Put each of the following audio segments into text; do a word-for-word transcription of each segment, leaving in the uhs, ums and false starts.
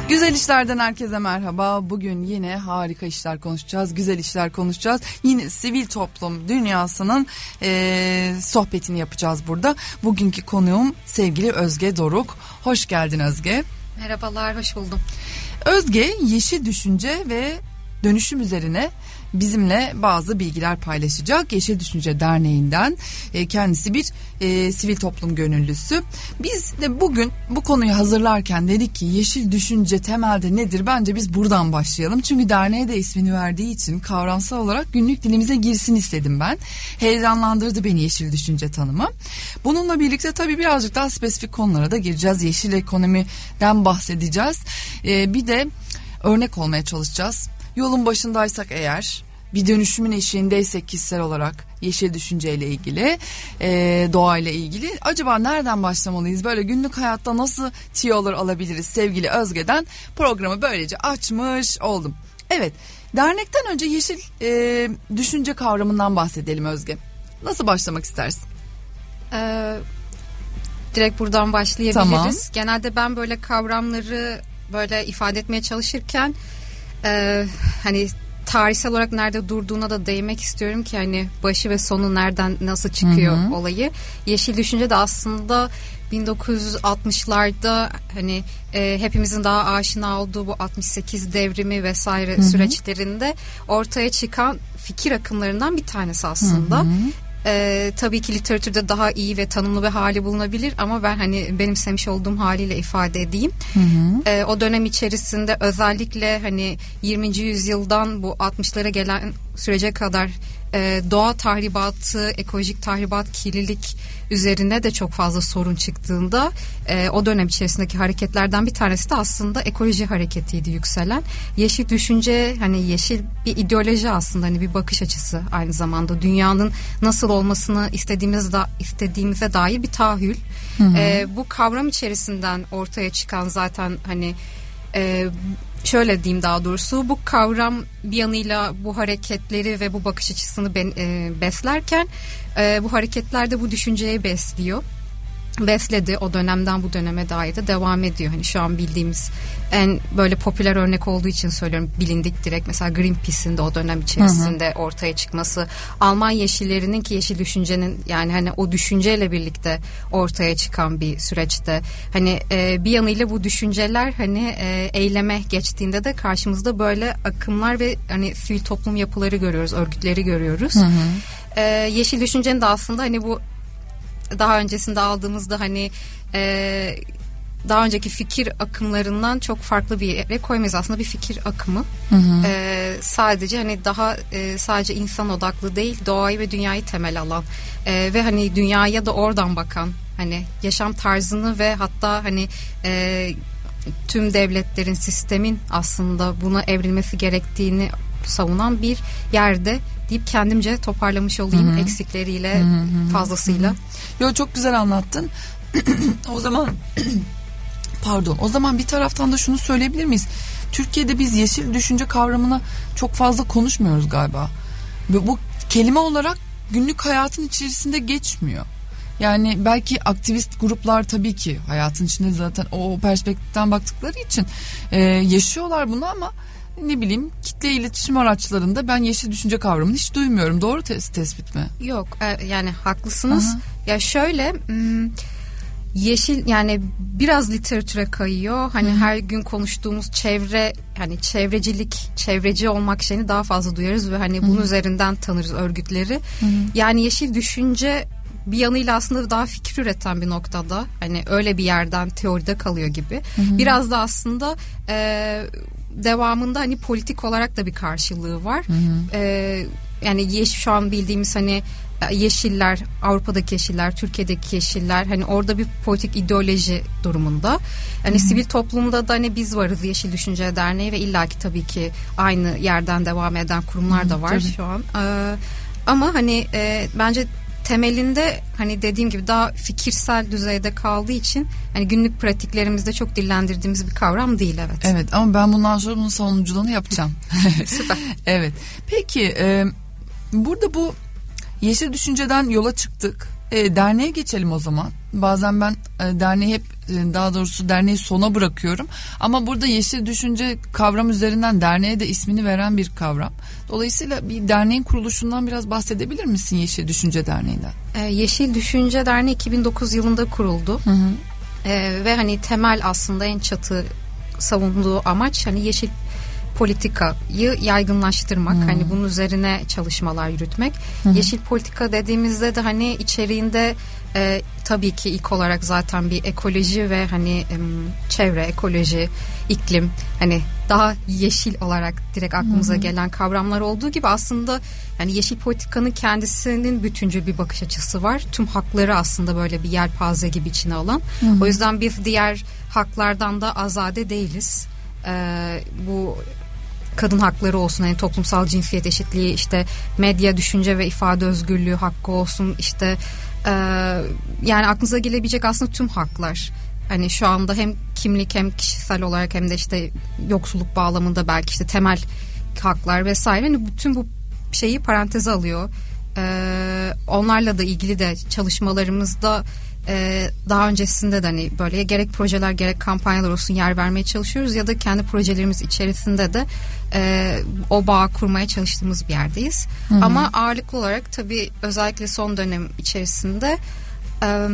Güzel işlerden herkese merhaba. Bugün yine harika işler konuşacağız. Güzel işler konuşacağız. Yine sivil toplum dünyasının e, sohbetini yapacağız burada. Bugünkü konuğum sevgili Özge Doruk. Hoş geldin Özge. Merhabalar, hoş buldum. Özge yeşil düşünce ve dönüşüm üzerine bizimle bazı bilgiler paylaşacak. Yeşil Düşünce Derneği'nden e, kendisi bir e, sivil toplum gönüllüsü. Biz de bugün bu konuyu hazırlarken dedik ki yeşil düşünce temelde nedir? Bence biz buradan başlayalım. Çünkü derneğe de ismini verdiği için kavramsal olarak günlük dilimize girsin istedim ben. Heyecanlandırdı beni yeşil düşünce tanımı. Bununla birlikte tabii birazcık daha spesifik konulara da gireceğiz. Yeşil ekonomiden bahsedeceğiz. E, bir de örnek olmaya çalışacağız. Yolun başındaysak eğer, bir dönüşümün eşiğindeysek kişisel olarak yeşil düşünceyle ilgili, e, doğayla ilgili acaba nereden başlamalıyız? Böyle günlük hayatta nasıl tiyolar alabiliriz sevgili Özge'den programı böylece açmış oldum. Evet, dernekten önce yeşil e, düşünce kavramından bahsedelim Özge. Nasıl başlamak istersin? Ee, direkt buradan başlayabiliriz. Tamam. Genelde ben böyle kavramları böyle ifade etmeye çalışırken Ee, hani tarihsel olarak nerede durduğuna da değinmek istiyorum ki hani başı ve sonu nereden nasıl çıkıyor, hı hı, olayı. Yeşil düşünce de aslında bin dokuz yüz altmışlarda hani e, hepimizin daha aşina olduğu bu altmış sekiz devrimi vesaire, hı hı, süreçlerinde ortaya çıkan fikir akımlarından bir tanesi aslında. Hı hı. Ee, tabii ki literatürde daha iyi ve tanımlı bir hali bulunabilir ama ben hani benimsemiş olduğum haliyle ifade edeyim. Hı hı. Ee, o dönem içerisinde özellikle hani yirminci yüzyıldan bu altmışlara gelen sürece kadar e, doğa tahribatı, ekolojik tahribat, kirlilik üzerine de çok fazla sorun çıktığında e, o dönem içerisindeki hareketlerden bir tanesi de aslında ekoloji hareketiydi yükselen. Yeşil düşünce hani yeşil bir ideoloji aslında, hani bir bakış açısı, aynı zamanda dünyanın nasıl olmasını istediğimiz da istediğimize dair bir tahayyül. Hı hı. E, bu kavram içerisinden ortaya çıkan zaten hani e, şöyle diyeyim, daha doğrusu bu kavram bir yanıyla bu hareketleri ve bu bakış açısını ben, e, beslerken e, bu hareketlerde bu düşünceyi besliyor. Besledi, o dönemden bu döneme dair de devam ediyor. Hani şu an bildiğimiz en böyle popüler örnek olduğu için söylüyorum, bilindik direkt mesela Greenpeace'in de o dönem içerisinde, hı hı, ortaya çıkması, Alman yeşillerinin ki yeşil düşüncenin yani hani o düşünceyle birlikte ortaya çıkan bir süreçte hani e, bir yanıyla bu düşünceler hani e, eyleme geçtiğinde de karşımızda böyle akımlar ve hani sivil toplum yapıları görüyoruz, örgütleri görüyoruz. Hı hı. E, yeşil düşüncenin de aslında hani bu daha öncesinde aldığımızda hani e, daha önceki fikir akımlarından çok farklı bir yere koymayız, aslında bir fikir akımı. Hı hı. E, sadece hani daha e, sadece insan odaklı değil, doğayı ve dünyayı temel alan e, ve hani dünyaya da oradan bakan, hani yaşam tarzını ve hatta hani e, tüm devletlerin, sistemin aslında buna evrilmesi gerektiğini savunan bir yerde deyip kendimce toparlamış olayım, hı-hı, eksikleriyle, hı-hı, fazlasıyla. Hı-hı. Yo, çok güzel anlattın. O zaman pardon o zaman bir taraftan da şunu söyleyebilir miyiz? Türkiye'de biz yeşil düşünce kavramını çok fazla konuşmuyoruz galiba. Ve bu kelime olarak günlük hayatın içerisinde geçmiyor. Yani belki aktivist gruplar tabii ki hayatın içinde zaten o perspektiften baktıkları için e, yaşıyorlar bunu ama ne bileyim kitle iletişim araçlarında ben yeşil düşünce kavramını hiç duymuyorum. Doğru tes- tespit mi? Yok e, yani haklısınız. Aha. Ya şöyle m- yeşil yani biraz literatüre kayıyor. Hani, hı, her gün konuştuğumuz çevre, hani çevrecilik, çevreci olmak şeyini daha fazla duyarız ve hani, hı, bunun üzerinden tanırız örgütleri. Hı. Yani yeşil düşünce bir yanıyla aslında daha fikir üreten bir noktada. Hani öyle bir yerden teoride kalıyor gibi. Hı hı. Biraz da aslında e, devamında hani politik olarak da bir karşılığı var. Hı hı. E, yani yeş, şu an bildiğimiz hani yeşiller, Avrupa'daki yeşiller, Türkiye'deki yeşiller, hani orada bir politik ideoloji durumunda. Hani, hı-hı, sivil toplumda da hani biz varız, Yeşil Düşünce Derneği ve illaki tabii ki aynı yerden devam eden kurumlar, hı-hı, da var, tabii, şu an. Ee, ama hani e, bence temelinde hani dediğim gibi daha fikirsel düzeyde kaldığı için hani günlük pratiklerimizde çok dillendirdiğimiz bir kavram değil, evet. Evet, ama ben bundan sonra bunun savunuculuğunu yapacağım. Süper. Evet. Peki e, burada bu yeşil düşünceden yola çıktık. e, derneğe geçelim o zaman. Bazen ben e, derneği hep e, daha doğrusu derneği sona bırakıyorum. Ama burada yeşil düşünce kavram üzerinden derneğe de ismini veren bir kavram. Dolayısıyla bir derneğin kuruluşundan biraz bahsedebilir misin Yeşil Düşünce Derneği'nden? Ee, Yeşil Düşünce Derneği iki bin dokuz yılında kuruldu. Hı hı. Ee, ve hani temel aslında en çatı savunduğu amaç hani yeşil politikayı yaygınlaştırmak. Hmm. Hani bunun üzerine çalışmalar yürütmek. Hmm. Yeşil politika dediğimizde de hani içeriğinde e, tabii ki ilk olarak zaten bir ekoloji ve hani e, çevre, ekoloji, iklim, hani daha yeşil olarak direkt aklımıza hmm. gelen kavramlar olduğu gibi aslında yani yeşil politikanın kendisinin bütüncül bir bakış açısı var. Tüm hakları aslında böyle bir yelpaze gibi içine alan. Hmm. O yüzden biz diğer haklardan da azade değiliz. Ee, bu kadın hakları olsun, yani toplumsal cinsiyet eşitliği, işte medya, düşünce ve ifade özgürlüğü hakkı olsun, işte e, yani aklınıza gelebilecek aslında tüm haklar. Hani şu anda hem kimlik hem kişisel olarak hem de işte yoksulluk bağlamında belki işte temel haklar vesaire. Hani bütün bu şeyi paranteze alıyor. Ee, onlarla da ilgili de çalışmalarımızda Ee, daha öncesinde de hani böyle gerek projeler gerek kampanyalar olsun yer vermeye çalışıyoruz ya da kendi projelerimiz içerisinde de e, o bağ kurmaya çalıştığımız bir yerdeyiz. Hı hı. Ama ağırlıklı olarak tabii özellikle son dönem içerisinde e,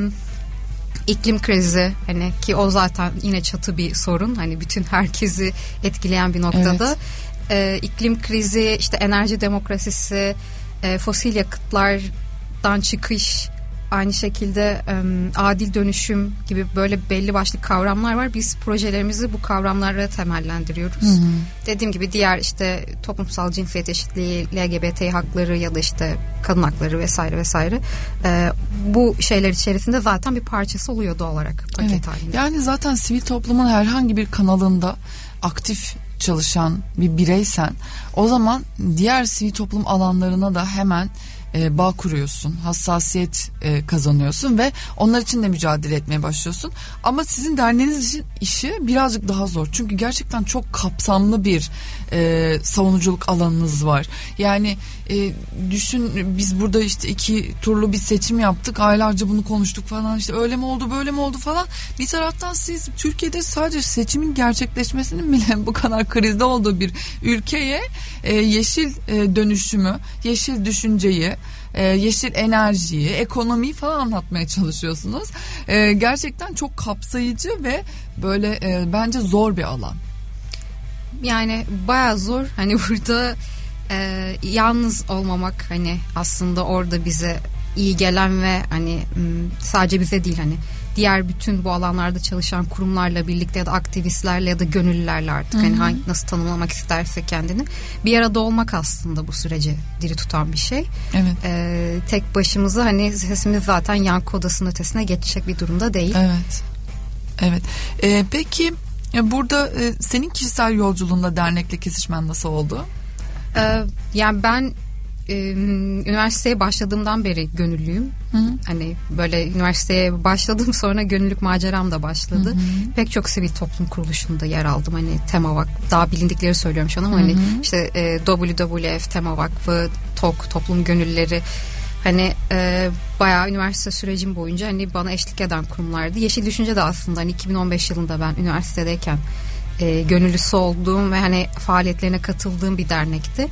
iklim krizi, hani ki o zaten yine çatı bir sorun, hani bütün herkesi etkileyen bir noktada. Evet. E, iklim krizi, işte enerji demokrasisi, e, fosil yakıtlardan çıkış, aynı şekilde e, adil dönüşüm gibi böyle belli başlı kavramlar var. Biz projelerimizi bu kavramlara temellendiriyoruz. Hı hı. Dediğim gibi diğer işte toplumsal cinsiyet eşitliği, L G B T hakları ya da işte kadın hakları vesaire vesaire e, bu şeyler içerisinde zaten bir parçası oluyor doğal olarak paket evet. halinde. Yani zaten sivil toplumun herhangi bir kanalında aktif çalışan bir bireysen o zaman diğer sivil toplum alanlarına da hemen E, bağ kuruyorsun, hassasiyet e, kazanıyorsun ve onlar için de mücadele etmeye başlıyorsun. Ama sizin derneğiniz için işi birazcık daha zor. Çünkü gerçekten çok kapsamlı bir e, savunuculuk alanınız var. Yani e, düşün, biz burada işte iki turlu bir seçim yaptık. Aylarca bunu konuştuk falan, işte öyle mi oldu böyle mi oldu falan. Bir taraftan siz Türkiye'de sadece seçimin gerçekleşmesinin bile bu kadar krizde olduğu bir ülkeye e, yeşil e, dönüşümü, yeşil düşünceyi, Ee, yeşil enerjiyi, ekonomiyi falan anlatmaya çalışıyorsunuz. Ee, gerçekten çok kapsayıcı ve böyle e, bence zor bir alan. Yani bayağı zor. Hani burada e, yalnız olmamak hani aslında orada bize iyi gelen ve hani sadece bize değil, hani diğer bütün bu alanlarda çalışan kurumlarla birlikte ya da aktivistlerle ya da gönüllülerle artık hani hangi, nasıl tanımlamak isterse kendini bir arada olmak aslında bu süreci diri tutan bir şey. Evet. Ee, tek başımıza hani sesimiz zaten yankı odasının ötesine geçecek bir durumda değil. Evet. Evet. Ee, peki burada e, senin kişisel yolculuğunda dernekle kesişmen nasıl oldu? Ee, yani ben Ee, üniversiteye başladığımdan beri gönüllüyüm. Hı hı. Hani böyle üniversiteye başladım, sonra gönüllülük maceram da başladı. Hı hı. Pek çok sivil toplum kuruluşunda yer aldım. Hani Tema Vakfı, daha bilindikleri söylüyorum şu an ama hı hı. hani işte e, W W F, Tema Vakfı, T O K, Toplum Gönülleri, hani e, bayağı üniversite sürecim boyunca hani bana eşlik eden kurumlardı. Yeşil Düşünce de aslında hani iki bin on beş yılında ben üniversitedeyken e, gönüllüsü olduğum ve hani faaliyetlerine katıldığım bir dernekti.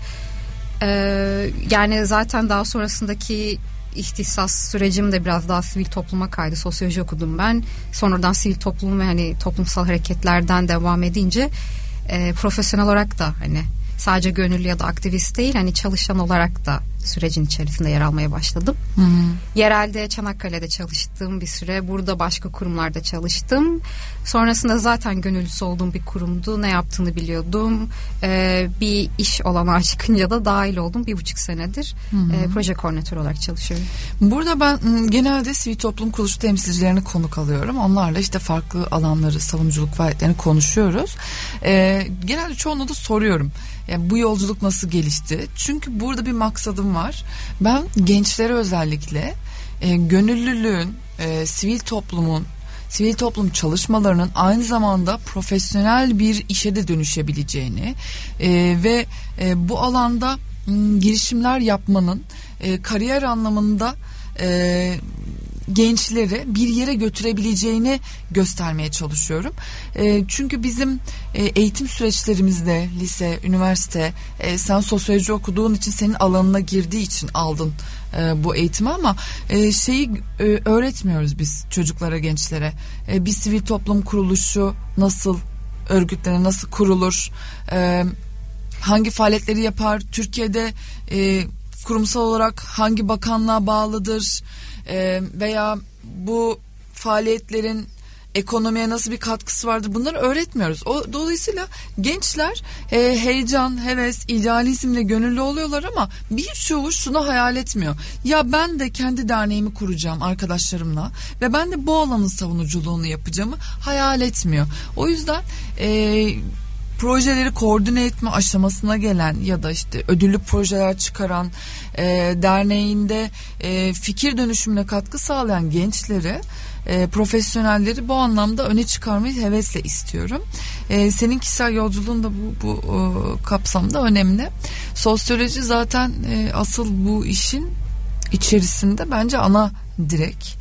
Ee, yani zaten daha sonrasındaki ihtisas sürecim de biraz daha sivil topluma kaydı. Sosyoloji okudum ben. Sonradan sivil toplum ve hani toplumsal hareketlerden devam edince e, profesyonel olarak da hani sadece gönüllü ya da aktivist değil, hani çalışan olarak da sürecin içerisinde yer almaya başladım. Hı hı. Yerelde Çanakkale'de çalıştım bir süre. Burada başka kurumlarda çalıştım. Sonrasında zaten gönüllüsü olduğum bir kurumdu. Ne yaptığını biliyordum. Ee, bir iş olanağı çıkınca da dahil oldum. Bir buçuk senedir hı hı. E, proje koordinatörü olarak çalışıyorum. Burada ben genelde sivil toplum kuruluşu temsilcilerini konuk alıyorum. Onlarla işte farklı alanları, savunuculuk faaliyetlerini konuşuyoruz. Ee, genelde çoğunu da soruyorum. Yani bu yolculuk nasıl gelişti? Çünkü burada bir maksadım var. Ben gençlere özellikle e, gönüllülüğün, e, sivil toplumun, sivil toplum çalışmalarının aynı zamanda profesyonel bir işe de dönüşebileceğini e, ve e, bu alanda m, girişimler yapmanın e, kariyer anlamında e, gençleri bir yere götürebileceğini göstermeye çalışıyorum. E, çünkü bizim e, eğitim süreçlerimizde lise, üniversite, e, sen sosyoloji okuduğun için senin alanına girdiği için aldın e, bu eğitimi ama e, şeyi e, öğretmiyoruz biz çocuklara, gençlere. E, bir sivil toplum kuruluşu nasıl örgütlenir, nasıl kurulur, e, hangi faaliyetleri yapar, Türkiye'de e, kurumsal olarak hangi bakanlığa bağlıdır e, veya bu faaliyetlerin ekonomiye nasıl bir katkısı vardır, bunları öğretmiyoruz. O dolayısıyla gençler e, heyecan, heves, idealizmle gönüllü oluyorlar ama birçoğu şunu hayal etmiyor. Ya ben de kendi derneğimi kuracağım arkadaşlarımla ve ben de bu alanın savunuculuğunu yapacağımı hayal etmiyor. O yüzden e, projeleri koordine etme aşamasına gelen ya da işte ödüllü projeler çıkaran, e, derneğinde e, fikir dönüşümüne katkı sağlayan gençleri, e, profesyonelleri bu anlamda öne çıkarmayı hevesle istiyorum. E, senin kişisel yolculuğun da bu, bu e, kapsamda önemli. Sosyoloji zaten e, asıl bu işin içerisinde bence ana direk.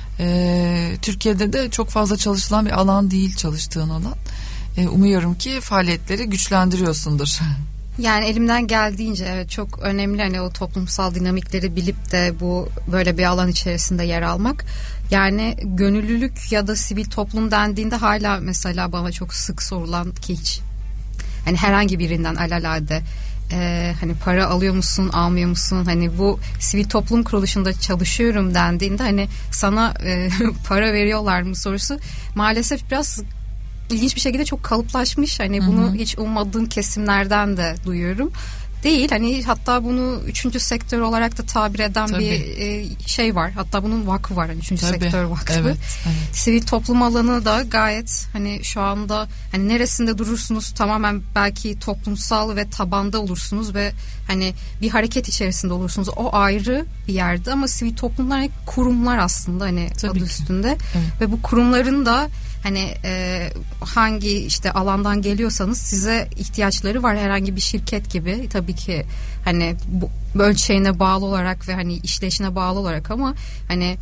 E, Türkiye'de de çok fazla çalışılan bir alan değil çalıştığın alan. Umuyorum ki faaliyetleri güçlendiriyorsundur. Yani elimden geldiğince evet, çok önemli hani o toplumsal dinamikleri bilip de bu böyle bir alan içerisinde yer almak. Yani gönüllülük ya da sivil toplum dendiğinde hala mesela bana çok sık sorulan ki hiç hani herhangi birinden alelade e, hani para alıyor musun, almıyor musun, hani bu sivil toplum kuruluşunda çalışıyorum dendiğinde hani sana e, para veriyorlar mı sorusu maalesef biraz İlginç bir şekilde çok kalıplaşmış. Hani bunu hı hı. hiç ummadığım kesimlerden de duyuyorum. Değil hani, hatta bunu üçüncü sektör olarak da tabir eden Tabii. bir e, şey var. Hatta bunun vakfı var. Hani üçüncü Tabii. sektör vakfı. Evet, evet. Sivil toplum alanı da gayet hani şu anda hani neresinde durursunuz tamamen belki toplumsal ve tabanda olursunuz ve hani bir hareket içerisinde olursunuz. O ayrı bir yerde ama sivil toplumlar kurumlar aslında hani Tabii adı ki. üstünde. Evet. Ve bu kurumların da hani e, hangi işte alandan geliyorsanız size ihtiyaçları var, herhangi bir şirket gibi tabii ki hani bu ölçeğine bağlı olarak ve hani işleyişine bağlı olarak ama hani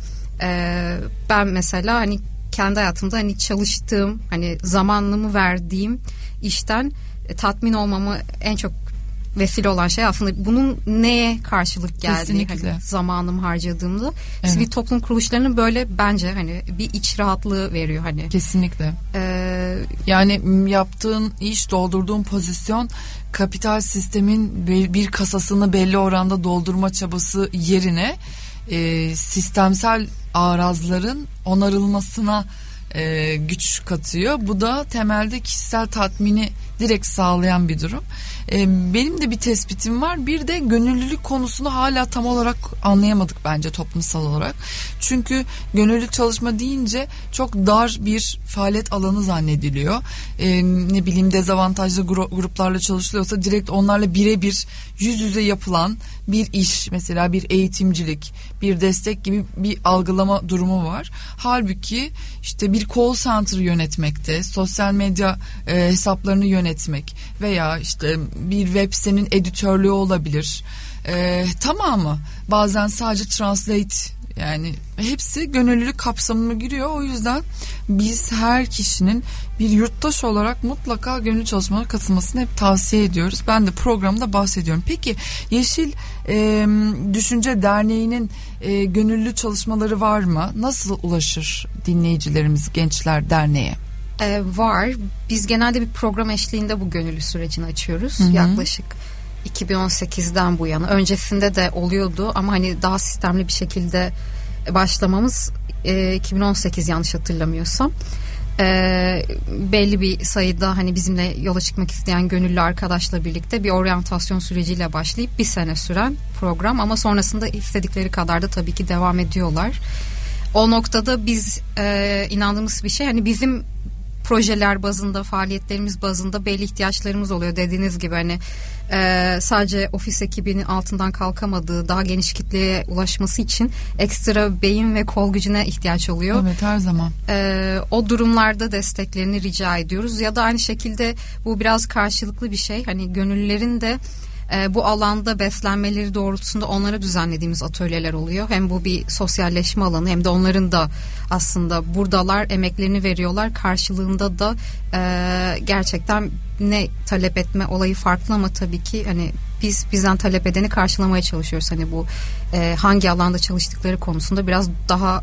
e, ben mesela hani kendi hayatımda hani çalıştığım hani zamanımı verdiğim işten e, tatmin olmamı en çok vesile olan şey aslında bunun neye karşılık geldiği hani zamanımı harcadığımda evet. sivil toplum kuruluşlarının böyle bence hani bir iç rahatlığı veriyor hani. Kesinlikle. Ee, yani yaptığın iş, doldurduğun pozisyon kapital sistemin bir kasasını belli oranda doldurma çabası yerine e, sistemsel arazların onarılmasına e, güç katıyor. Bu da temelde kişisel tatmini direkt sağlayan bir durum. Ee, benim de bir tespitim var. Bir de gönüllülük konusunu hala tam olarak anlayamadık bence toplumsal olarak. Çünkü gönüllü çalışma deyince çok dar bir faaliyet alanı zannediliyor. Ee, ne bileyim dezavantajlı gru- gruplarla çalışılıyorsa direkt onlarla birebir yüz yüze yapılan bir iş, mesela bir eğitimcilik, bir destek gibi bir algılama durumu var. Halbuki işte bir call center yönetmekte, sosyal medya e, hesaplarını yönetmek veya işte bir web sitenin editörlüğü olabilir. E, tamamı bazen sadece translate, yani hepsi gönüllülük kapsamına giriyor. O yüzden biz her kişinin bir yurttaş olarak mutlaka gönüllü çalışmalara katılmasını hep tavsiye ediyoruz. Ben de programda bahsediyorum. Peki Yeşil e, Düşünce Derneği'nin e, gönüllü çalışmaları var mı? Nasıl ulaşır dinleyicilerimiz, gençler derneğe? Ee, var. Biz genelde bir program eşliğinde bu gönüllü sürecini açıyoruz. Hı hı. Yaklaşık iki bin on sekizden bu yana. Öncesinde de oluyordu ama hani daha sistemli bir şekilde başlamamız e, iki bin on sekiz yanlış hatırlamıyorsam. E, belli bir sayıda hani bizimle yola çıkmak isteyen gönüllü arkadaşla birlikte bir oryantasyon süreciyle başlayıp bir sene süren program ama sonrasında istedikleri kadar da tabii ki devam ediyorlar. O noktada biz e, inandığımız bir şey, hani bizim projeler bazında, faaliyetlerimiz bazında belli ihtiyaçlarımız oluyor. Dediğiniz gibi hani e, sadece ofis ekibinin altından kalkamadığı daha geniş kitleye ulaşması için ekstra beyin ve kol gücüne ihtiyaç oluyor. Evet, her zaman. E, o durumlarda desteklerini rica ediyoruz. Ya da aynı şekilde bu biraz karşılıklı bir şey. Hani gönüllülerin de e, bu alanda beslenmeleri doğrultusunda onlara düzenlediğimiz atölyeler oluyor. Hem bu bir sosyalleşme alanı hem de onların da aslında buradalar, emeklerini veriyorlar. Karşılığında da e, gerçekten ne talep etme olayı farklı ama tabii ki hani biz bizden talep edeni karşılamaya çalışıyoruz. Hani bu e, hangi alanda çalıştıkları konusunda biraz daha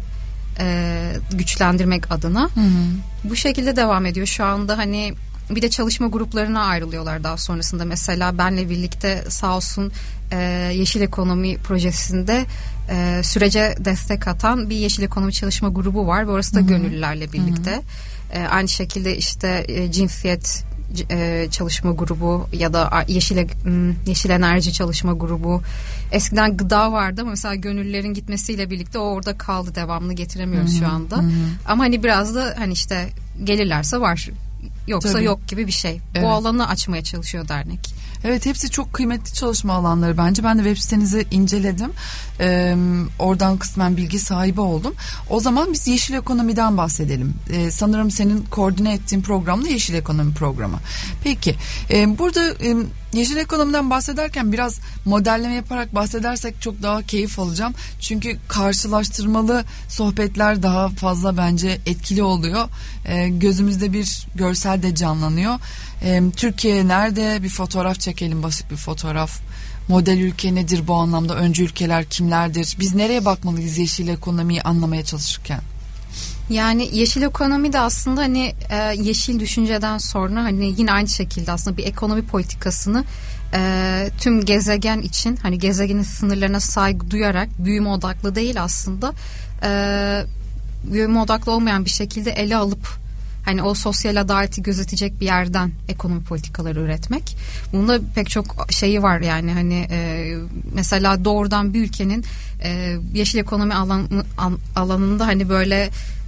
e, güçlendirmek adına. Hı hı. Bu şekilde devam ediyor. Şu anda hani bir de çalışma gruplarına ayrılıyorlar daha sonrasında. Mesela benle birlikte sağ olsun e, Yeşil Ekonomi projesinde e, sürece destek atan bir Yeşil Ekonomi çalışma grubu var ve orası da hı hı. gönüllülerle birlikte. Hı hı. E, aynı şekilde işte e, cinsiyet e, çalışma grubu ya da yeşil yeşil enerji çalışma grubu. Eskiden gıda vardı ama mesela gönüllülerin gitmesiyle birlikte o orada kaldı, devamlı getiremiyoruz hı hı. şu anda. Hı hı. Ama hani biraz da hani işte gelirlerse var, yoksa Tabii. yok gibi bir şey. Evet. Bu alanı açmaya çalışıyor dernek. Evet, hepsi çok kıymetli çalışma alanları bence. Ben de web sitenizi inceledim. Ee, oradan kısmen bilgi sahibi oldum. O zaman biz Yeşil Ekonomi'den bahsedelim. Ee, sanırım senin koordine ettiğin program da Yeşil Ekonomi programı. Peki, e, burada e, Yeşil Ekonomi'den bahsederken biraz modelleme yaparak bahsedersek çok daha keyif alacağım. Çünkü karşılaştırmalı sohbetler daha fazla bence etkili oluyor. E, gözümüzde bir görsel de canlanıyor. E, Türkiye nerede? Bir fotoğraf çekelim, basit bir fotoğraf. Model ülke nedir bu anlamda? Öncü ülkeler kimlerdir? Biz nereye bakmalıyız yeşil ekonomiyi anlamaya çalışırken? Yani yeşil ekonomi de aslında hani e, yeşil düşünceden sonra hani yine aynı şekilde aslında bir ekonomi politikasını e, tüm gezegen için, hani gezegenin sınırlarına saygı duyarak, büyüme odaklı değil aslında, e, büyüme odaklı olmayan bir şekilde ele alıp hani o sosyal adaleti gözetecek bir yerden ekonomi politikaları üretmek. Bunda pek çok şeyi var yani hani e, mesela doğrudan bir ülkenin e, yeşil ekonomi alan, an, alanında hani böyle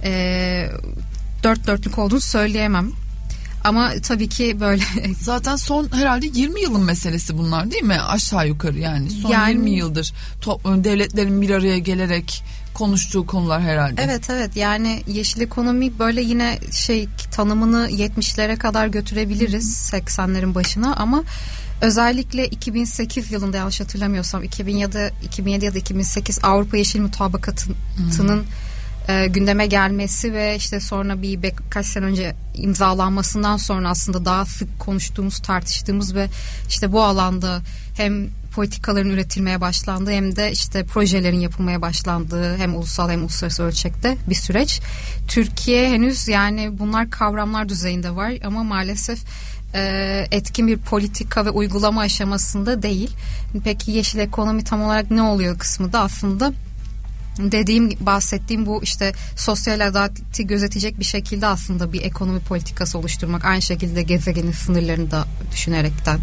e, dört dörtlük olduğunu söyleyemem. Ama tabii ki böyle zaten son herhalde yirmi yılın meselesi bunlar değil mi? Aşağı yukarı yani son yani, yirmi yıldır top, devletlerin bir araya gelerek konuştuğu konular herhalde. Evet evet, yani yeşil ekonomi böyle yine şey tanımını yetmişlere kadar götürebiliriz, seksenlerin başına, ama özellikle iki bin sekiz yılında, yanlış hatırlamıyorsam iki bin yedi ya da iki bin sekiz Avrupa Yeşil Mutabakatı'nın e, gündeme gelmesi ve işte sonra bir birkaç sene önce imzalanmasından sonra aslında daha sık konuştuğumuz, tartıştığımız ve işte bu alanda hem politikaların üretilmeye başlandığı hem de işte projelerin yapılmaya başlandığı hem ulusal hem uluslararası ölçekte bir süreç. Türkiye henüz yani bunlar kavramlar düzeyinde var ama maalesef e, etkin bir politika ve uygulama aşamasında değil. Peki yeşil ekonomi tam olarak ne oluyor kısmı da aslında dediğim, bahsettiğim bu işte sosyal adaleti gözetecek bir şekilde aslında bir ekonomi politikası oluşturmak, aynı şekilde gezegenin sınırlarını da düşünerekten.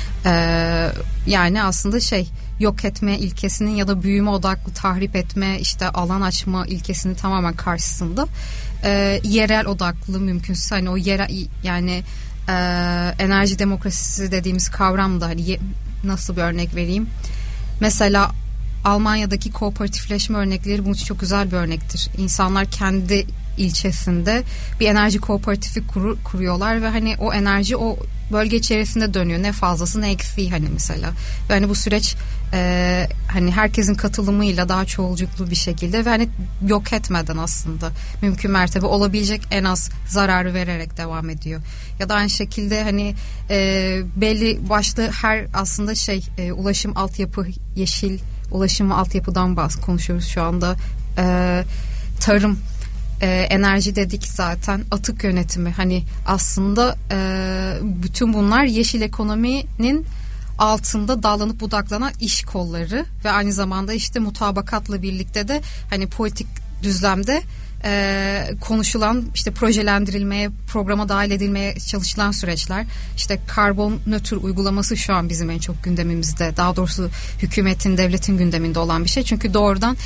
Ee, yani aslında şey, yok etme ilkesinin ya da büyüme odaklı tahrip etme, işte alan açma ilkesinin tamamen karşısında e, yerel odaklı, mümkünse hani o yerel, yani e, enerji demokrasisi dediğimiz kavram da hani nasıl bir örnek vereyim, mesela Almanya'daki kooperatifleşme örnekleri bunun için çok güzel bir örnektir. İnsanlar kendi ilçesinde bir enerji kooperatifi kur, kuruyorlar ve hani o enerji o bölge içerisinde dönüyor. Ne fazlası ne eksiği hani mesela. Ve hani bu süreç e, hani herkesin katılımıyla daha çoğulcuklu bir şekilde ve hani yok etmeden aslında mümkün mertebe olabilecek en az zararı vererek devam ediyor. Ya da aynı şekilde hani e, belli başlı her aslında şey e, ulaşım altyapı, yeşil ulaşım ve altyapıdan bahs konuşuyoruz şu anda. E, tarım, e, enerji dedik zaten, atık yönetimi, hani aslında e, bütün bunlar yeşil ekonominin altında dallanıp budaklanan iş kolları ve aynı zamanda işte mutabakatla birlikte de hani politik düzlemde e, konuşulan, işte projelendirilmeye, programa dahil edilmeye çalışılan süreçler. İşte karbon nötr uygulaması şu an bizim en çok gündemimizde, daha doğrusu hükümetin, devletin gündeminde olan bir şey. Çünkü doğrudan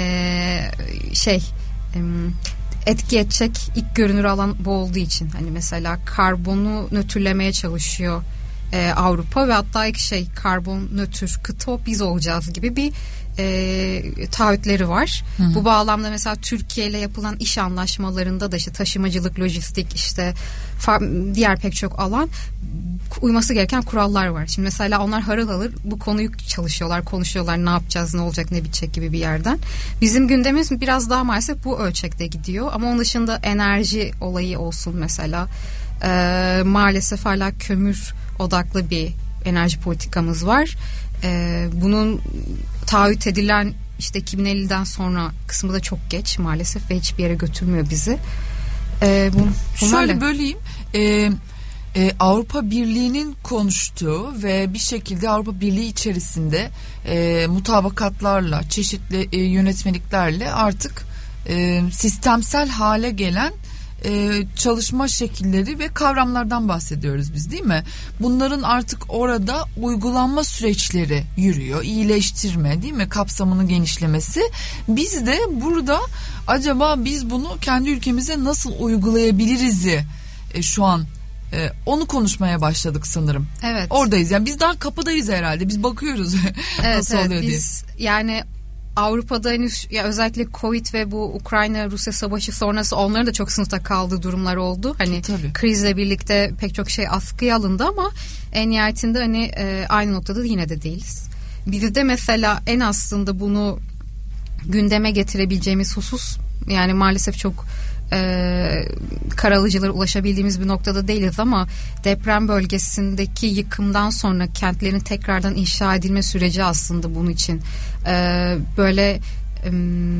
e, şey e, etki edecek ilk görünür alan bu olduğu için hani mesela karbonu nötrlemeye çalışıyor e, Avrupa ve hatta ilk şey karbon nötr kıta biz olacağız gibi bir e, taahhütleri var. Hı hı. Bu bağlamda mesela Türkiye ile yapılan iş anlaşmalarında da işte taşımacılık, lojistik, işte far, diğer pek çok alan uyması gereken kurallar var. Şimdi mesela onlar harıl harıl bu konuyu çalışıyorlar, konuşuyorlar, ne yapacağız, ne olacak, ne bitecek gibi bir yerden. Bizim gündemimiz biraz daha maalesef bu ölçekte gidiyor. Ama onun dışında enerji olayı olsun mesela. Ee, maalesef hala kömür odaklı bir enerji politikamız var. Ee, bunun taahhüt edilen işte iki bin elliden sonra kısmı da çok geç maalesef ve hiçbir yere götürmüyor bizi. Ee, bu, Şöyle böleyim. Ee, e, Avrupa Birliği'nin konuştuğu ve bir şekilde Avrupa Birliği içerisinde e, mutabakatlarla, çeşitli e, yönetmeliklerle artık e, sistemsel hale gelen e, çalışma şekilleri ve kavramlardan bahsediyoruz biz, değil mi? Bunların artık orada uygulanma süreçleri yürüyor. İyileştirme, değil mi? Kapsamının genişlemesi. Biz de burada acaba biz bunu kendi ülkemize nasıl uygulayabiliriz'i e, şu an e, onu konuşmaya başladık sanırım. Evet. Oradayız. Yani biz daha kapıdayız herhalde. Biz bakıyoruz evet, nasıl evet, oluyor biz, diye. Yani Avrupa'da henüz ya özellikle Covid ve bu Ukrayna-Rusya savaşı sonrası onların da çok sınıfta kaldığı durumlar oldu. Hani Tabii. Krizle birlikte pek çok şey askıya alındı ama en nihayetinde hani e, aynı noktada yine de değiliz. Bizde mesela en aslında bunu gündeme getirebileceğimiz husus, yani maalesef çok e, karalıcılara ulaşabildiğimiz bir noktada değiliz ama deprem bölgesindeki yıkımdan sonra kentlerin tekrardan inşa edilme süreci aslında bunun için e, böyle e,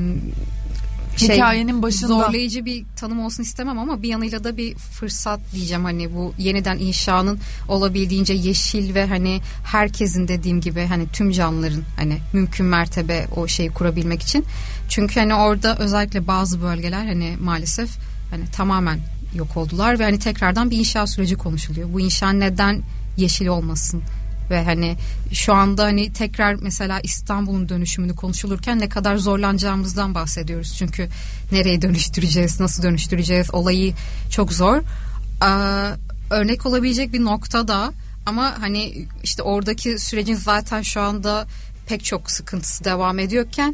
şey, hikayenin başında zorlayıcı bir tanım olsun istemem ama bir yanıyla da bir fırsat diyeceğim, hani bu yeniden inşanın olabildiğince yeşil ve hani herkesin dediğim gibi hani tüm canlıların hani mümkün mertebe o şeyi kurabilmek için. Çünkü hani orada özellikle bazı bölgeler hani maalesef hani tamamen yok oldular ve hani tekrardan bir inşa süreci konuşuluyor. Bu inşa neden yeşil olmasın? Ve hani şu anda hani tekrar mesela İstanbul'un dönüşümünü konuşulurken ne kadar zorlanacağımızdan bahsediyoruz. Çünkü nereye dönüştüreceğiz, nasıl dönüştüreceğiz olayı çok zor. Ee, örnek olabilecek bir noktada ama hani işte oradaki sürecin zaten şu anda pek çok sıkıntısı devam ediyorken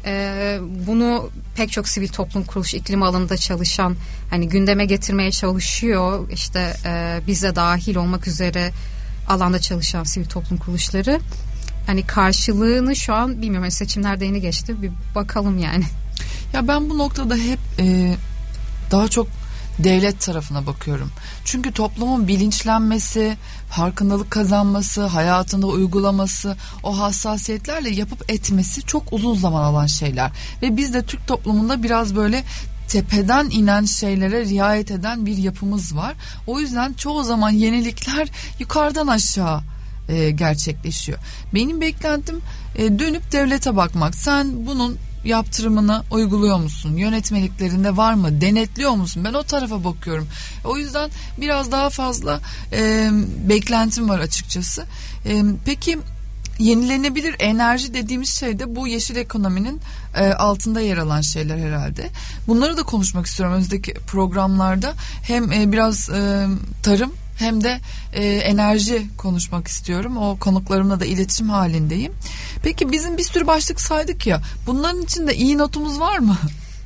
e, bunu pek çok sivil toplum kuruluşu iklim alanında çalışan hani gündeme getirmeye çalışıyor. İşte e, bize dahil olmak üzere alanda çalışan sivil toplum kuruluşları hani karşılığını şu an bilmiyorum, hani seçimlerde yeni geçti, bir bakalım yani. Ya ben bu noktada hep e, daha çok devlet tarafına bakıyorum. Çünkü toplumun bilinçlenmesi, farkındalık kazanması, hayatında uygulaması, o hassasiyetlerle yapıp etmesi çok uzun zaman alan şeyler. Ve biz de Türk toplumunda biraz böyle tepeden inen şeylere riayet eden bir yapımız var. O yüzden çoğu zaman yenilikler yukarıdan aşağı e, gerçekleşiyor. Benim beklentim e, dönüp devlete bakmak. Sen bunun yaptırımını uyguluyor musun? Yönetmeliklerinde var mı? Denetliyor musun? Ben o tarafa bakıyorum. O yüzden biraz daha fazla e, beklentim var açıkçası. E, peki yenilenebilir enerji dediğimiz şey de bu yeşil ekonominin e, altında yer alan şeyler herhalde. Bunları da konuşmak istiyorum önümüzdeki programlarda. Hem e, biraz e, tarım hem de e, enerji konuşmak istiyorum. O konuklarımla da iletişim halindeyim. Peki bizim bir sürü başlık saydık ya. Bunların içinde iyi notumuz var mı?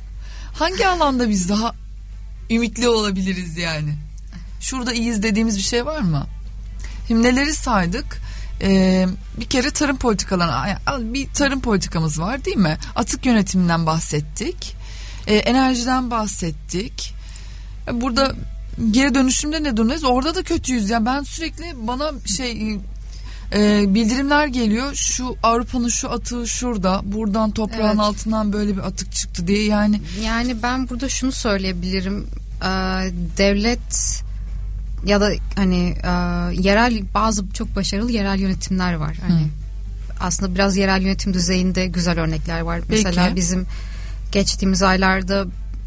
Hangi alanda biz daha ümitli olabiliriz yani? Şurada iyiyiz dediğimiz bir şey var mı? Şimdi neleri saydık? Ee, bir kere tarım politikalarına, bir tarım politikamız var değil mi? Atık yönetiminden bahsettik. Ee, enerjiden bahsettik. Burada geri dönüşümde ne durumdayız? Orada da kötüyüz ya. Ben sürekli bana şey e, bildirimler geliyor. Şu Avrupa'nın şu atığı şurada. Buradan toprağın evet. altından böyle bir atık çıktı diye yani. Yani ben burada şunu söyleyebilirim. Ee, devlet ya da hani e, yerel bazı çok başarılı yerel yönetimler var. Hani hmm. aslında biraz yerel yönetim düzeyinde güzel örnekler var. Peki. Mesela bizim geçtiğimiz aylarda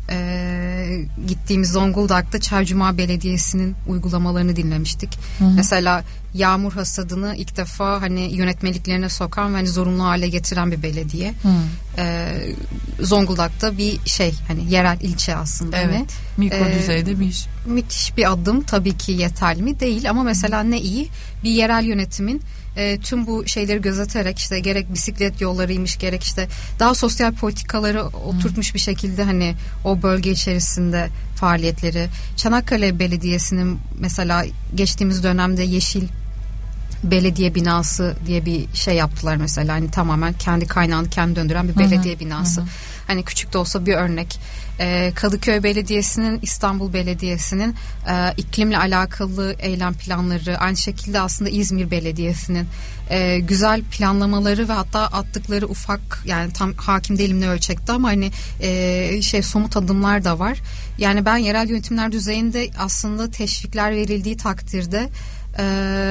e, gittiğimiz Zonguldak'ta Çaycuma Belediyesi'nin uygulamalarını dinlemiştik. Hmm. Mesela yağmur hasadını ilk defa hani yönetmeliklerine sokan ve hani zorunlu hale getiren bir belediye. Hmm. E, Zonguldak'ta bir şey hani yerel ilçe aslında. Evet. Hani, mikro e, düzeyde bir iş. Müthiş bir adım, tabii ki yeterli mi değil ama mesela ne iyi bir yerel yönetimin e, tüm bu şeyleri gözeterek işte gerek bisiklet yollarıymış gerek işte daha sosyal politikaları oturtmuş hmm. bir şekilde hani o bölge içerisinde faaliyetleri. Çanakkale Belediyesi'nin mesela geçtiğimiz dönemde Yeşil Belediye binası diye bir şey yaptılar mesela, hani tamamen kendi kaynağını kendi döndüren bir belediye hı hı, binası. Hı. Hani küçük de olsa bir örnek. Ee, Kadıköy Belediyesi'nin, İstanbul Belediyesi'nin e, iklimle alakalı eylem planları, aynı şekilde aslında İzmir Belediyesi'nin e, güzel planlamaları ve hatta attıkları ufak, yani tam hakim değilim ne ölçekte ama hani e, şey somut adımlar da var. Yani ben yerel yönetimler düzeyinde aslında teşvikler verildiği takdirde e,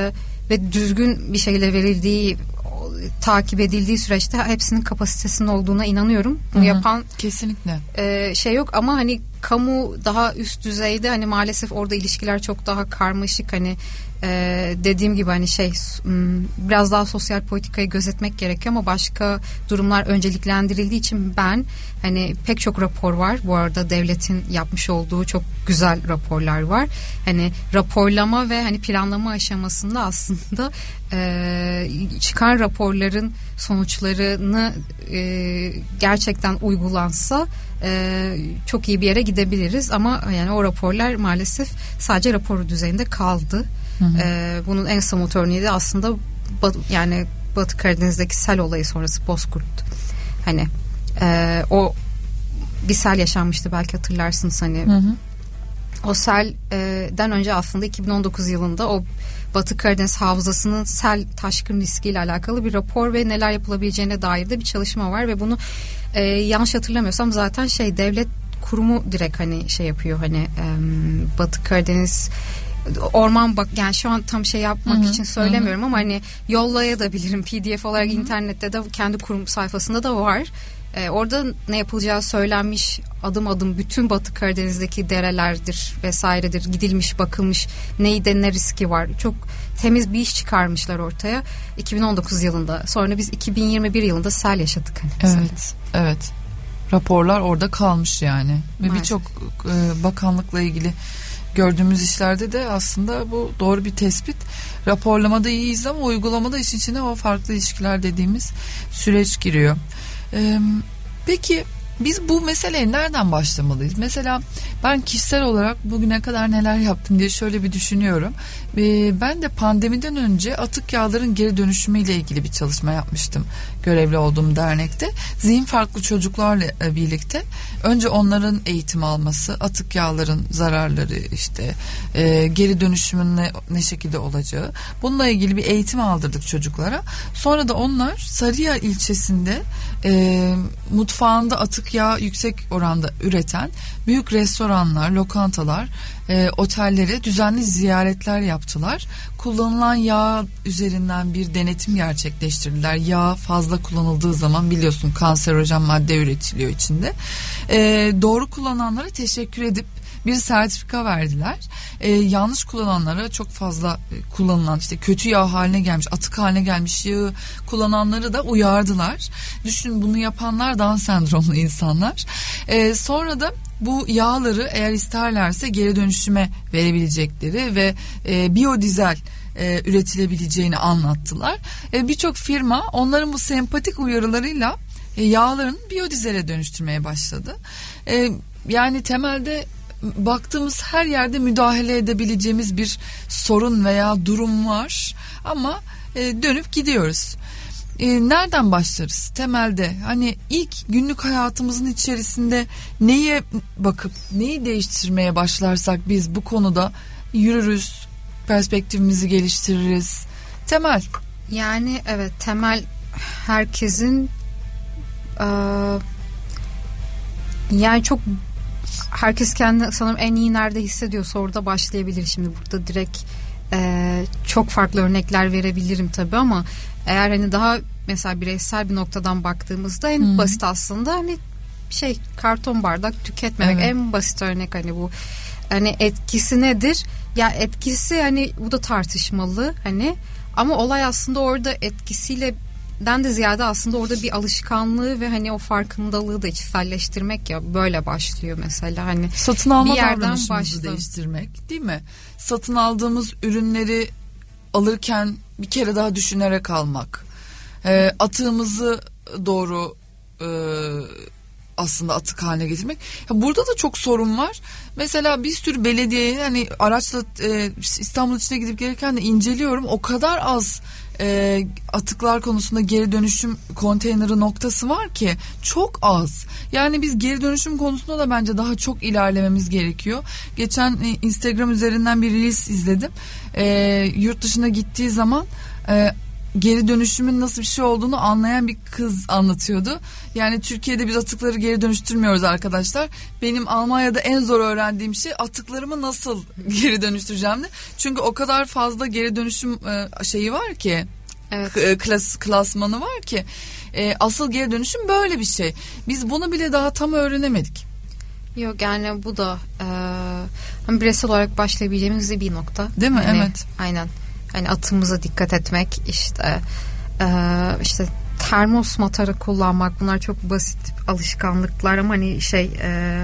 ve düzgün bir şekilde verildiği, takip edildiği süreçte hepsinin kapasitesinin olduğuna inanıyorum. Bunu yapan kesinlikle e, şey yok ama hani kamu daha üst düzeyde, hani maalesef orada ilişkiler çok daha karmaşık, hani e, dediğim gibi hani şey biraz daha sosyal politikayı gözetmek gerekiyor ama başka durumlar önceliklendirildiği için ben hani pek çok rapor var. Bu arada devletin yapmış olduğu çok güzel raporlar var. Hani raporlama ve hani planlama aşamasında aslında e, çıkan raporların sonuçlarını e, gerçekten uygulansa e, çok iyi bir yere gidebiliriz ama yani o raporlar maalesef sadece rapor düzeyinde kaldı. Hı hı. E, bunun en somut örneği de aslında bat, yani Batı Karadeniz'deki sel olayı sonrası Bozkurt. Hani e, o bir sel yaşanmıştı, belki hatırlarsınız hani. Hı hı. O selden önce aslında iki bin on dokuz yılında o Batı Karadeniz Havzası'nın sel taşkın riskiyle alakalı bir rapor ve neler yapılabileceğine dair de bir çalışma var ve bunu e, yanlış hatırlamıyorsam zaten şey devlet kurumu direkt hani şey yapıyor, hani e, Batı Karadeniz Orman bak yani şu an tam şey yapmak hı hı, için söylemiyorum hı. ama hani yollayabilirim P D F olarak, hı hı. internette de kendi kurum sayfasında da var. Ee, orada ne yapılacağı söylenmiş, adım adım bütün Batı Karadeniz'deki derelerdir vesairedir gidilmiş, bakılmış, neyde ne riski var. Çok temiz bir iş çıkarmışlar ortaya iki bin on dokuz yılında. Sonra biz iki bin yirmi bir yılında sel yaşadık. Hani evet, evet. Raporlar orada kalmış yani. Ve birçok e, bakanlıkla ilgili gördüğümüz işlerde de aslında bu doğru bir tespit. Raporlamada iyiyiz ama uygulamada iş içine o farklı ilişkiler dediğimiz süreç giriyor. Ee, peki biz bu meseleye nereden başlamalıyız? Mesela ben kişisel olarak bugüne kadar neler yaptım diye şöyle bir düşünüyorum. Ee, ben de pandemiden önce atık yağların geri dönüşümüyle ilgili bir çalışma yapmıştım. Görevli olduğum dernekte. Zihin farklı çocuklarla birlikte önce onların eğitim alması, atık yağların zararları, işte e, geri dönüşümün ne, ne şekilde olacağı, bununla ilgili bir eğitim aldırdık çocuklara. Sonra da onlar Sarıyer ilçesinde e, mutfağında atık yağ yüksek oranda üreten büyük restoranlar, lokantalar, e, otellere düzenli ziyaretler yaptılar. Kullanılan yağ üzerinden bir denetim gerçekleştirdiler. Yağ fazla kullanıldığı zaman biliyorsun kanserojen madde üretiliyor içinde. E, doğru kullananlara teşekkür edip bir sertifika verdiler. Ee, yanlış kullananlara, çok fazla kullanılan, işte kötü yağ haline gelmiş, atık haline gelmiş yağı kullananları da uyardılar. Düşünün, bunu yapanlar Down sendromlu insanlar. Ee, sonra da bu yağları eğer isterlerse geri dönüşüme verebilecekleri ve e, biyodizel e, üretilebileceğini anlattılar. E, birçok firma onların bu sempatik uyarılarıyla e, yağlarını biyodizele dönüştürmeye başladı. E, yani temelde baktığımız her yerde müdahale edebileceğimiz bir sorun veya durum var ama e, dönüp gidiyoruz. E, nereden başlarız? Temelde hani ilk günlük hayatımızın içerisinde neye bakıp neyi değiştirmeye başlarsak biz bu konuda yürürüz, perspektifimizi geliştiririz. Temel. Yani evet, temel herkesin e, yani çok herkes kendini sanırım en iyi nerede hissediyorsa orada başlayabilir. Şimdi burada direkt e, çok farklı örnekler verebilirim tabii ama eğer hani daha mesela bireysel bir noktadan baktığımızda en hmm. basit aslında hani şey karton bardak tüketmemek, evet. En basit örnek hani bu. Hani etkisi nedir? Ya etkisi hani bu da tartışmalı hani ama olay aslında orada etkisiyle den de ziyade aslında orada bir alışkanlığı ve hani o farkındalığı da içselleştirmek, ya böyle başlıyor mesela hani satın alma davranışımızı değiştirmek, değil mi? Satın aldığımız ürünleri alırken bir kere daha düşünerek almak, e, atığımızı doğru e, aslında atık haline getirmek. Ya burada da çok sorun var. Mesela bir sürü belediyeye hani araçla e, İstanbul içine gidip gelirken de inceliyorum. O kadar az e, atıklar konusunda geri dönüşüm konteyneri noktası var ki çok az. Yani biz geri dönüşüm konusunda da bence daha çok ilerlememiz gerekiyor. Geçen e, Instagram üzerinden bir Reels izledim. E, yurt dışına gittiği zaman e, geri dönüşümün nasıl bir şey olduğunu anlayan bir kız anlatıyordu. Yani Türkiye'de biz atıkları geri dönüştürmüyoruz arkadaşlar. Benim Almanya'da en zor öğrendiğim şey atıklarımı nasıl geri dönüştüreceğim de. Çünkü o kadar fazla geri dönüşüm şeyi var ki, evet. klas, klasmanı var ki. Asıl geri dönüşüm böyle bir şey. Biz bunu bile daha tam öğrenemedik. Yok yani bu da e, bireysel olarak başlayabileceğimiz bir nokta. Değil mi? Yani, evet. Aynen. Hani atımıza dikkat etmek, işte e, işte termos matarı kullanmak, bunlar çok basit alışkanlıklar ama hani şey e,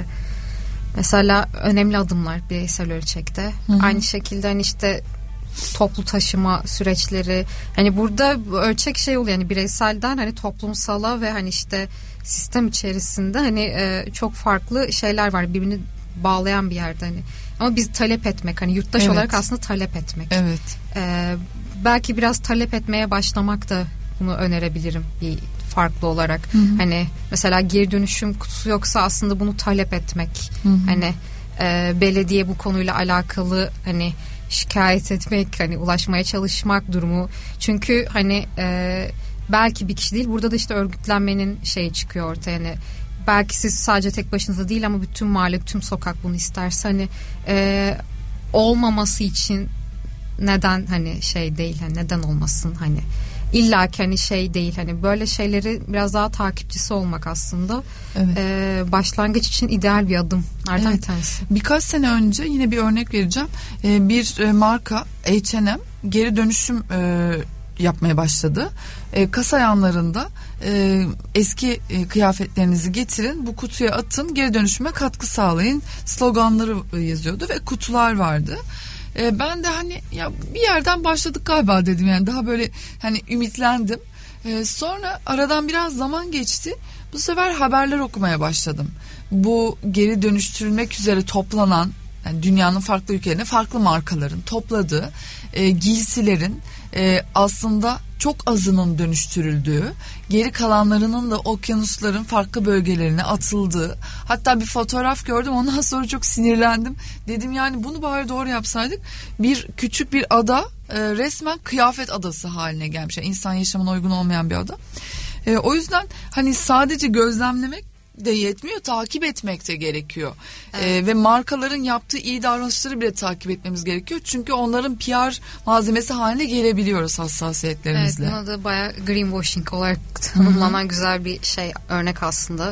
mesela önemli adımlar bireysel ölçekte. Hı hı. Aynı şekilde hani işte toplu taşıma süreçleri, hani burada ölçek şey oluyor yani bireyselden hani toplumsala ve hani işte sistem içerisinde hani e, çok farklı şeyler var, birbirini bağlayan bir yerde hani. Ama biz talep etmek, hani yurttaş evet. olarak aslında talep etmek. Evet. Ee, belki biraz talep etmeye başlamak da bunu önerebilirim bir farklı olarak. Hı hı. Hani mesela geri dönüşüm kutusu yoksa aslında bunu talep etmek. Hı hı. Hani e, belediye bu konuyla alakalı hani şikayet etmek, hani ulaşmaya çalışmak durumu. Çünkü hani e, belki bir kişi değil, burada da işte örgütlenmenin şeyi çıkıyor ortaya. Yani belki siz sadece tek başınıza değil ama bütün mahalle, bütün sokak bunu isterse hani e, olmaması için neden hani şey değil, hani neden olmasın, hani illa ki hani şey değil, hani böyle şeyleri biraz daha takipçisi olmak aslında evet. e, başlangıç için ideal bir adım. Nereden evet. bir tanesi? Birkaç sene önce yine bir örnek vereceğim. E, bir e, marka H and M geri dönüşüm e, yapmaya başladı. E, kasa yanlarında e, eski e, kıyafetlerinizi getirin, bu kutuya atın, geri dönüşüme katkı sağlayın sloganları yazıyordu ve kutular vardı. E, ben de hani ya bir yerden başladık galiba dedim, yani daha böyle hani ümitlendim. E, sonra aradan biraz zaman geçti. Bu sefer haberler okumaya başladım. Bu geri dönüştürülmek üzere toplanan, yani dünyanın farklı ülkelerine farklı markaların topladığı e, giysilerin e, aslında çok azının dönüştürüldüğü, geri kalanlarının da okyanusların farklı bölgelerine atıldığı, hatta bir fotoğraf gördüm, ondan sonra çok sinirlendim. Dedim yani bunu bari doğru yapsaydık. Bir küçük bir ada e, resmen kıyafet adası haline gelmiş. Yani insan yaşamına uygun olmayan bir ada. E, o yüzden hani sadece gözlemlemek de yetmiyor, takip etmek de gerekiyor. Evet. Ee, ve markaların yaptığı iyi davranışları bile takip etmemiz gerekiyor. Çünkü onların P R malzemesi haline gelebiliyoruz hassasiyetlerimizle. Evet, buna da bayağı greenwashing olarak tanımlanan Hı-hı. güzel bir şey, örnek aslında.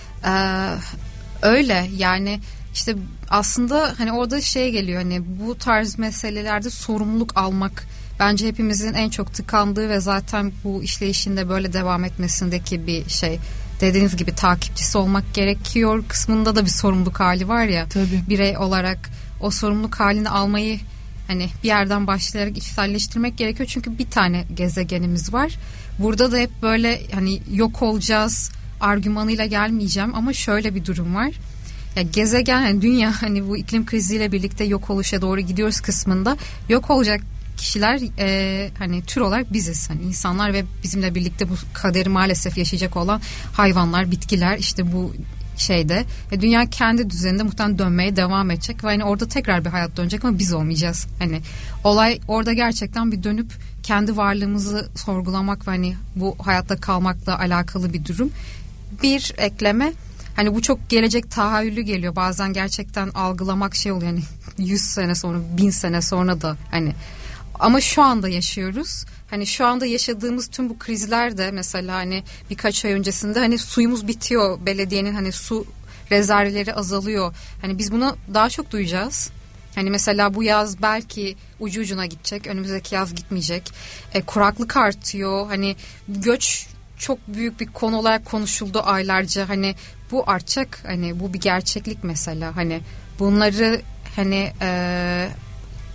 Ee, öyle yani işte aslında hani orada şey geliyor, hani bu tarz meselelerde sorumluluk almak bence hepimizin en çok tıkandığı ve zaten bu işleyişinde böyle devam etmesindeki bir şey. Dediğiniz gibi takipçisi olmak gerekiyor kısmında da bir sorumluluk hali var ya. Tabii. Birey olarak o sorumluluk halini almayı hani bir yerden başlayarak içselleştirmek gerekiyor. Çünkü bir tane gezegenimiz var. Burada da hep böyle hani yok olacağız argümanıyla gelmeyeceğim ama şöyle bir durum var. Ya gezegen, yani dünya hani bu iklim kriziyle birlikte yok oluşa doğru gidiyoruz kısmında yok olacak kişiler e, hani tür olarak biziz, hani insanlar ve bizimle birlikte bu kaderi maalesef yaşayacak olan hayvanlar, bitkiler, işte bu şeyde ve dünya kendi düzeninde muhtemelen dönmeye devam edecek ve hani orada tekrar bir hayat dönecek ama biz olmayacağız. Hani olay orada gerçekten bir dönüp kendi varlığımızı sorgulamak ve hani bu hayatta kalmakla alakalı bir durum. Bir ekleme, hani bu çok gelecek tahayyülü geliyor bazen, gerçekten algılamak şey oluyor hani yüz sene sonra, bin sene sonra da hani. Ama şu anda yaşıyoruz. Hani şu anda yaşadığımız tüm bu krizler de mesela hani birkaç ay öncesinde hani suyumuz bitiyor. Belediyenin hani su rezervleri azalıyor. Hani biz bunu daha çok duyacağız. Hani mesela bu yaz belki ucu ucuna gidecek. Önümüzdeki yaz gitmeyecek. E, kuraklık artıyor. Hani göç çok büyük bir konu olarak konuşuldu aylarca. Hani bu artacak. Hani bu bir gerçeklik mesela. Hani bunları hani... E,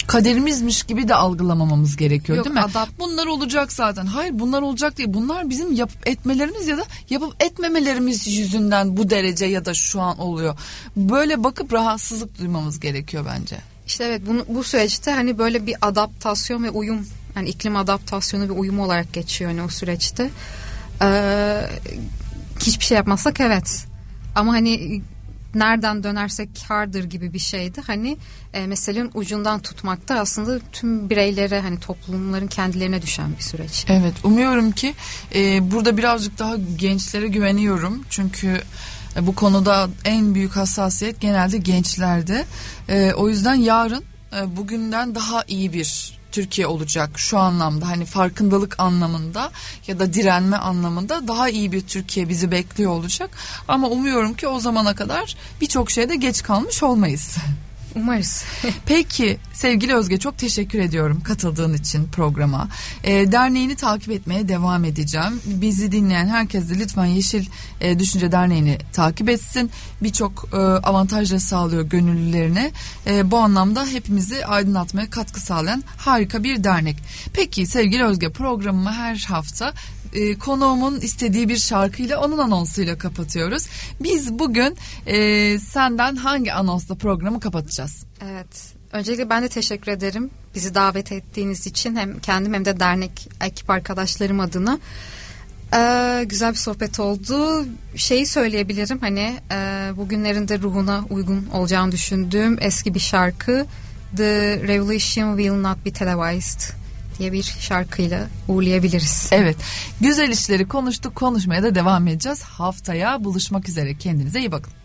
kaderimizmiş gibi de algılamamamız gerekiyor. Yok, değil mi? Adapt- bunlar olacak zaten. Hayır, bunlar olacak değil. Bunlar bizim yapıp etmelerimiz ya da yapıp etmemelerimiz yüzünden bu derece ya da şu an oluyor. Böyle bakıp rahatsızlık duymamız gerekiyor bence. İşte evet, bunu, bu süreçte hani böyle bir adaptasyon ve uyum, yani iklim adaptasyonu ve uyum olarak geçiyor hani o süreçte. Ee, hiçbir şey yapmazsak evet. Ama hani nereden dönersek kârdır gibi bir şeydi. Hani e, meselenin ucundan tutmak da aslında tüm bireylere, hani toplumların kendilerine düşen bir süreç. Evet, umuyorum ki e, burada birazcık daha gençlere güveniyorum. Çünkü e, bu konuda en büyük hassasiyet genelde gençlerde. E, o yüzden yarın e, bugünden daha iyi bir Türkiye olacak şu anlamda, hani farkındalık anlamında ya da direnme anlamında daha iyi bir Türkiye bizi bekliyor olacak. Ama umuyorum ki o zamana kadar birçok şeyde geç kalmış olmayız. Umarız. Peki sevgili Özge, çok teşekkür ediyorum katıldığın için programa. E, derneğini takip etmeye devam edeceğim. Bizi dinleyen herkes de lütfen Yeşil e, Düşünce Derneği'ni takip etsin. Birçok e, avantajla sağlıyor gönüllülerine. E, bu anlamda hepimizi aydınlatmaya katkı sağlayan harika bir dernek. Peki sevgili Özge, programımı her hafta e, konuğumun istediği bir şarkıyla, onun anonsuyla kapatıyoruz. Biz bugün e, senden hangi anonsla programı kapatacağız? Evet. Öncelikle ben de teşekkür ederim bizi davet ettiğiniz için, hem kendim hem de dernek ekip arkadaşlarım adına. Ee, güzel bir sohbet oldu. Şeyi söyleyebilirim, hani e, bugünlerin de ruhuna uygun olacağını düşündüğüm eski bir şarkı, The Revolution Will Not Be Televised diye bir şarkıyla uğurlayabiliriz. Evet, güzel işleri konuştuk, konuşmaya da devam edeceğiz. Haftaya buluşmak üzere, kendinize iyi bakın.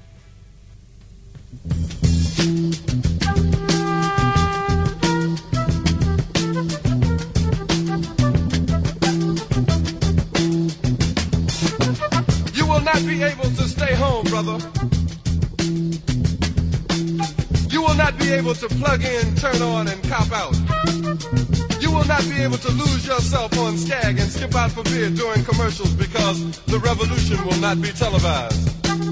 You will not be able to stay home, brother. You will not be able to plug in, turn on, and cop out. You will not be able to lose yourself on Skag and skip out for beer during commercials because the revolution will not be televised.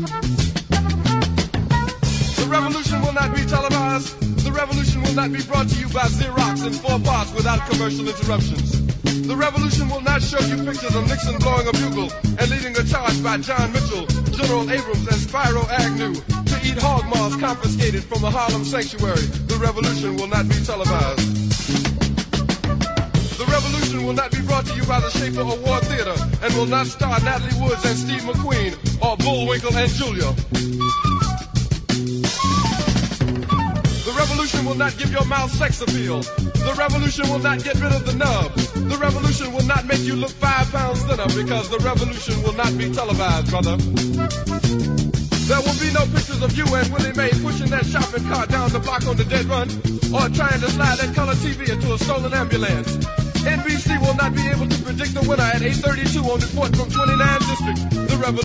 The revolution will not be televised. The revolution will not be brought to you by Xerox in four parts without commercial interruptions. The revolution will not show you pictures of Nixon blowing a bugle and leading a charge by John Mitchell, General Abrams, and Spyro Agnew to eat hog maws confiscated from a Harlem sanctuary. The revolution will not be televised. The revolution will not be brought to you by the Schaefer Award Theater and will not star Natalie Woods and Steve McQueen or Bullwinkle and Julia. The revolution will not give your mouth sex appeal. The revolution will not get rid of the nubs. The revolution will not make you look five pounds thinner because the revolution will not be televised, brother. There will be no pictures of you and Willie Mae pushing that shopping cart down the block on the dead run or trying to slide that color T V into a stolen ambulance. N B C will not be able to predict the winner at eight thirty-two on Report from twenty-ninth District. The revolution